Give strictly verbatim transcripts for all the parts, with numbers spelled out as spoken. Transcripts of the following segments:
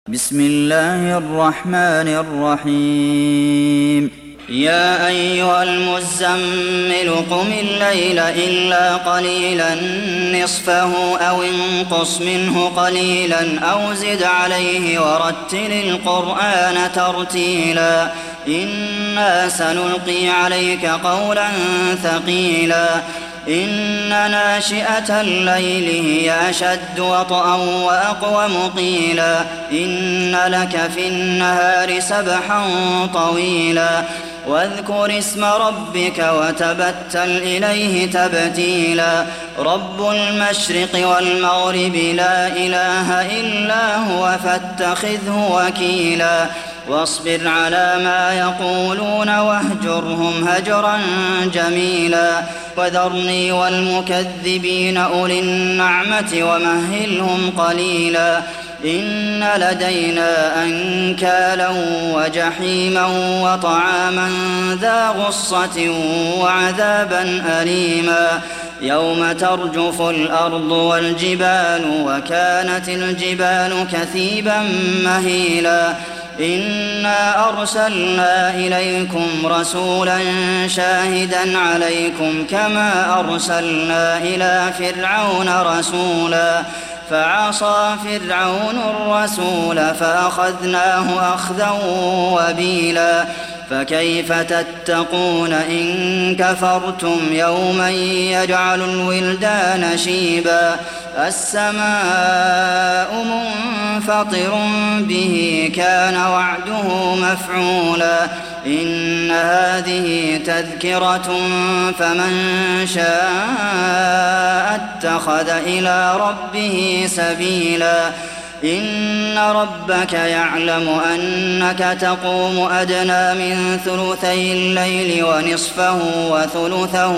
بسم الله الرحمن الرحيم يا أيها المزمل قم الليل إلا قليلا نصفه أو انقص منه قليلا أو زد عليه ورتل القرآن ترتيلا إنا سنلقي عليك قولا ثقيلا إن ناشئة الليل هي أشد وطئا وأقوم قيلا إن لك في النهار سبحا طويلا واذكر اسم ربك وتبتل إليه تبتيلا رب المشرق والمغرب لا إله إلا هو فاتخذه وكيلا واصبر على ما يقولون واهجرهم هجرا جميلا وذرني والمكذبين أولي النعمة ومهلهم قليلا إن لدينا أنكالا وجحيما وطعاما ذا غصة وعذابا أليما يوم ترجف الأرض والجبال وكانت الجبال كثيبا مهيلا إنا أرسلنا إليكم رسولا شاهدا عليكم كما أرسلنا إلى فرعون رسولا فعصى فرعون الرسول فأخذناه أخذا وبيلا فكيف تتقون إن كفرتم يوما يجعل الولدان شيبا السماء منفطر به كان وعده مفعولا إن هذه تذكرة فمن شاء اتخذ إلى ربه سبيلا إن ربك يعلم أنك تقوم أدنى من ثلثي الليل ونصفه وثلثه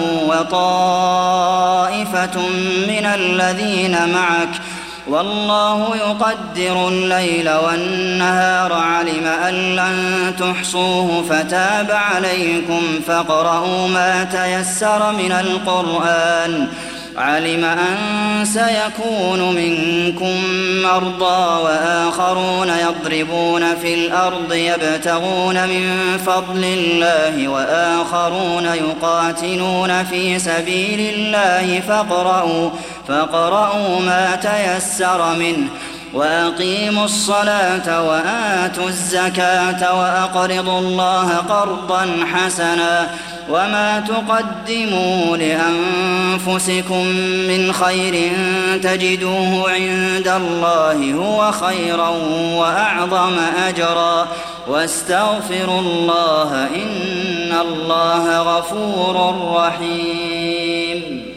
وطائفة من الذين معك والله يقدر الليل والنهار علم أن لن تحصوه فتاب عليكم فاقرؤوا ما تيسر من القرآن علم أن سيكون منكم مرضى وآخرون يضربون في الأرض يبتغون من فضل الله وآخرون يقاتلون في سبيل الله فاقرؤوا فاقرؤوا ما تيسر منه وأقيموا الصلاة وآتوا الزكاة وأقرضوا الله قرضا حسنا وما تقدموا لأنفسكم من خير تجدوه عند الله هو خيرا وأعظم أجرا واستغفروا الله إن الله غفور رحيم